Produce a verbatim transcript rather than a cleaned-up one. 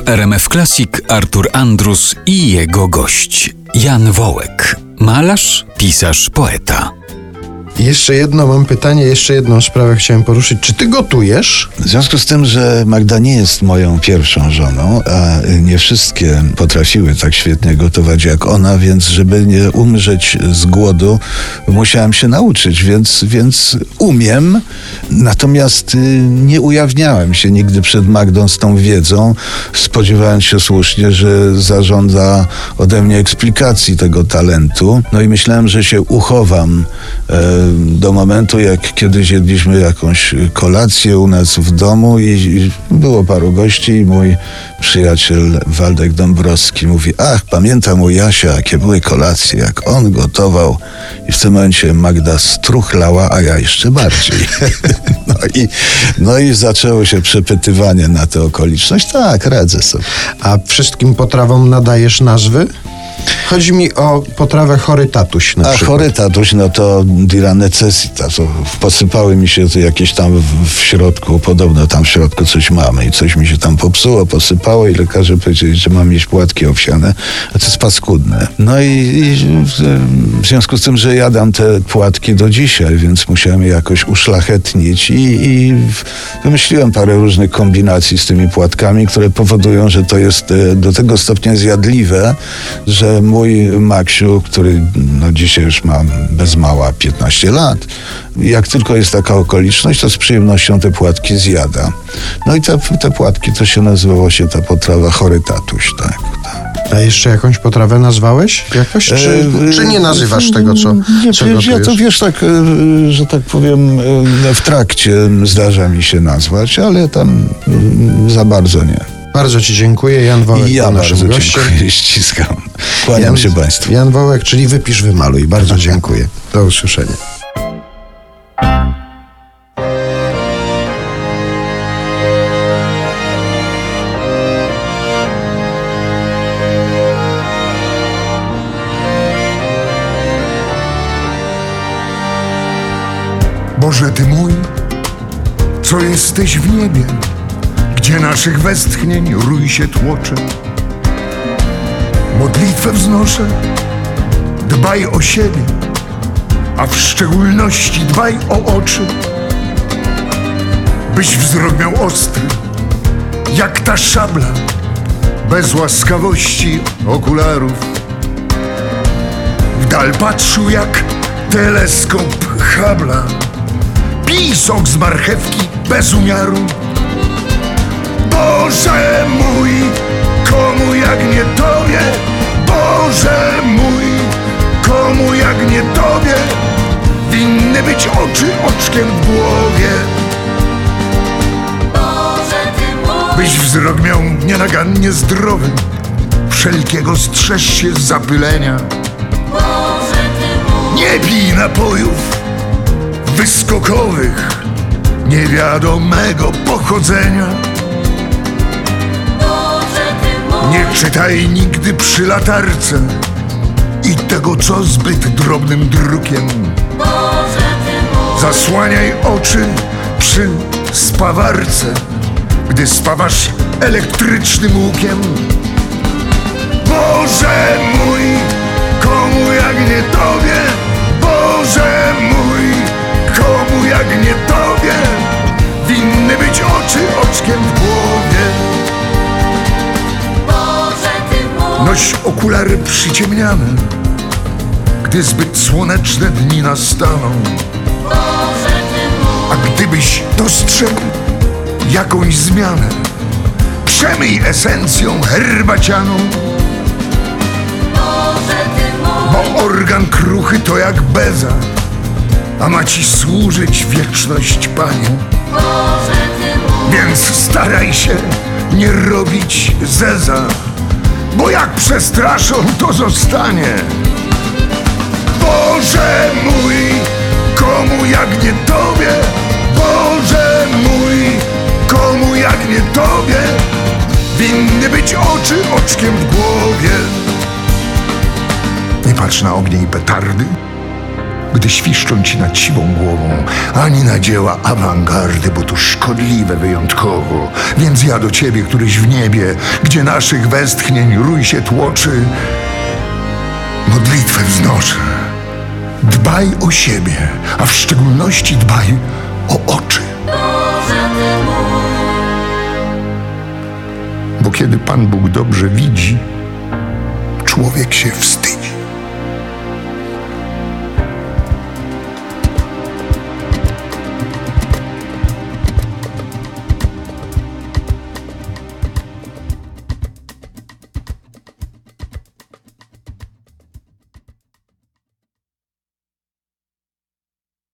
W R M F Classic Artur Andrus i jego gość Jan Wołek, malarz, pisarz, poeta. Jeszcze jedno mam pytanie, jeszcze jedną sprawę chciałem poruszyć. Czy ty gotujesz? W związku z tym, że Magda nie jest moją pierwszą żoną, a nie wszystkie potrafiły tak świetnie gotować jak ona, więc żeby nie umrzeć z głodu, musiałem się nauczyć, więc, więc umiem. Natomiast nie ujawniałem się nigdy przed Magdą z tą wiedzą, spodziewając się słusznie, że zażąda ode mnie eksplikacji tego talentu. No i myślałem, że się uchowam e, do momentu, jak kiedyś jedliśmy jakąś kolację u nas w domu i, i było paru gości i mój przyjaciel Waldek Dąbrowski mówi: ach, pamiętam u Jasia, jakie były kolacje, jak on gotował. I w tym momencie Magda struchlała, a ja jeszcze bardziej. no, i, no i zaczęło się przepytywanie na tę okoliczność. Tak, radzę sobie. A wszystkim potrawom nadajesz nazwy? Chodzi mi o potrawę chory tatuś na A przykład. chory tatuś, no to dira necessita. To posypały mi się to jakieś tam w, w środku, podobno tam w środku coś mamy i coś mi się tam popsuło, posypało i lekarze powiedzieli, że mam mieć płatki owsiane, a to jest paskudne. No i, i w związku z tym, że jadam te płatki do dzisiaj, więc musiałem je jakoś uszlachetnić i, i wymyśliłem parę różnych kombinacji z tymi płatkami, które powodują, że to jest do tego stopnia zjadliwe, że mój Maksiu, który no dzisiaj już ma bez mała piętnaście lat, jak tylko jest taka okoliczność, to z przyjemnością te płatki zjada. No i te, te płatki to się nazywa właśnie ta potrawa chory tatuś, tak, tak. A jeszcze jakąś potrawę nazwałeś? Jakoś? Czy, e, czy nie nazywasz tego, co, nie, co wiesz, ja to wiesz, tak, że tak powiem, w trakcie zdarza mi się nazwać, ale tam za bardzo nie. Bardzo ci dziękuję. Jan Wołek I ja był naszym bardzo gościem. dziękuję, ściskam. Kłaniam Jan, się Państwu. Jan Wołek, czyli wypisz, wymaluj. Bardzo dziękuję. Do usłyszenia. Boże Ty mój, co jesteś w niebie, gdzie naszych westchnień rój się tłoczy. Modlitwę wznoszę, dbaj o siebie, a w szczególności dbaj o oczy, byś wzrok miał ostry, jak ta szabla, bez łaskawości okularów. W dal patrzył jak teleskop Hubble'a, pij sok z marchewki bez umiaru. Boże mój, komu jak nie Tobie, Boże mój, komu jak nie Tobie, winny być oczy oczkiem w głowie. Boże, Ty mój, byś wzrok miał nienagannie zdrowy, wszelkiego strzeż się z zapylenia. Boże, Ty mój, nie pij napojów wyskokowych, niewiadomego pochodzenia. Nie czytaj nigdy przy latarce i tego, co zbyt drobnym drukiem. Zasłaniaj oczy przy spawarce, gdy spawasz elektrycznym łukiem. Boże mój, komu jak nie Tobie, Boże mój, komu jak nie Tobie, winny być oczy oczkiem w głowie. Noś okulary przyciemniane, gdy zbyt słoneczne dni nastaną. A gdybyś dostrzegł jakąś zmianę, przemyj esencją herbacianą. Bo organ kruchy to jak beza, a ma ci służyć wieczność, Panie. Więc staraj się nie robić zeza, bo jak przestraszą, to zostanie. Boże mój, komu jak nie Tobie, Boże mój, komu jak nie Tobie, winny być oczy oczkiem w głowie. Nie patrz na ognie i petardy, gdy świszczą ci nad siwą głową, ani na dzieła awangardy, bo to szkodliwe wyjątkowo. Więc ja do ciebie, któryś w niebie, gdzie naszych westchnień rój się tłoczy, modlitwę wznoszę. Dbaj o siebie, a w szczególności dbaj o oczy. Bo kiedy Pan Bóg dobrze widzi, człowiek się wstydzi.